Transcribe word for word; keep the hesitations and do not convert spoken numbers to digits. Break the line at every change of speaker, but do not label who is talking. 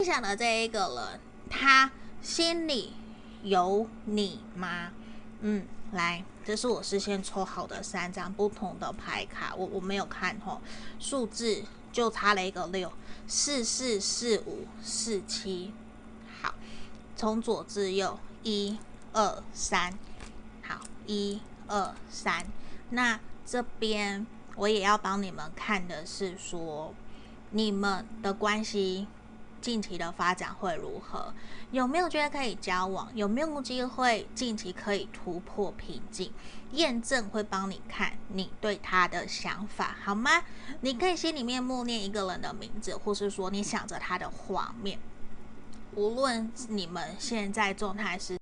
你想的这一个人，他心里有你吗？嗯，来，这是我事先抽好的三张不同的牌卡，我我没有看吼，数字就差了一个六，四四四五四七。好，从左至右，一二三，好，一二三。那这边我也要帮你们看的是说，你们的关系近期的发展会如何？有没有觉得可以交往？有没有机会近期可以突破瓶颈？验证会帮你看你对他的想法，好吗？你可以心里面默念一个人的名字，或是说你想着他的画面。无论你们现在状态是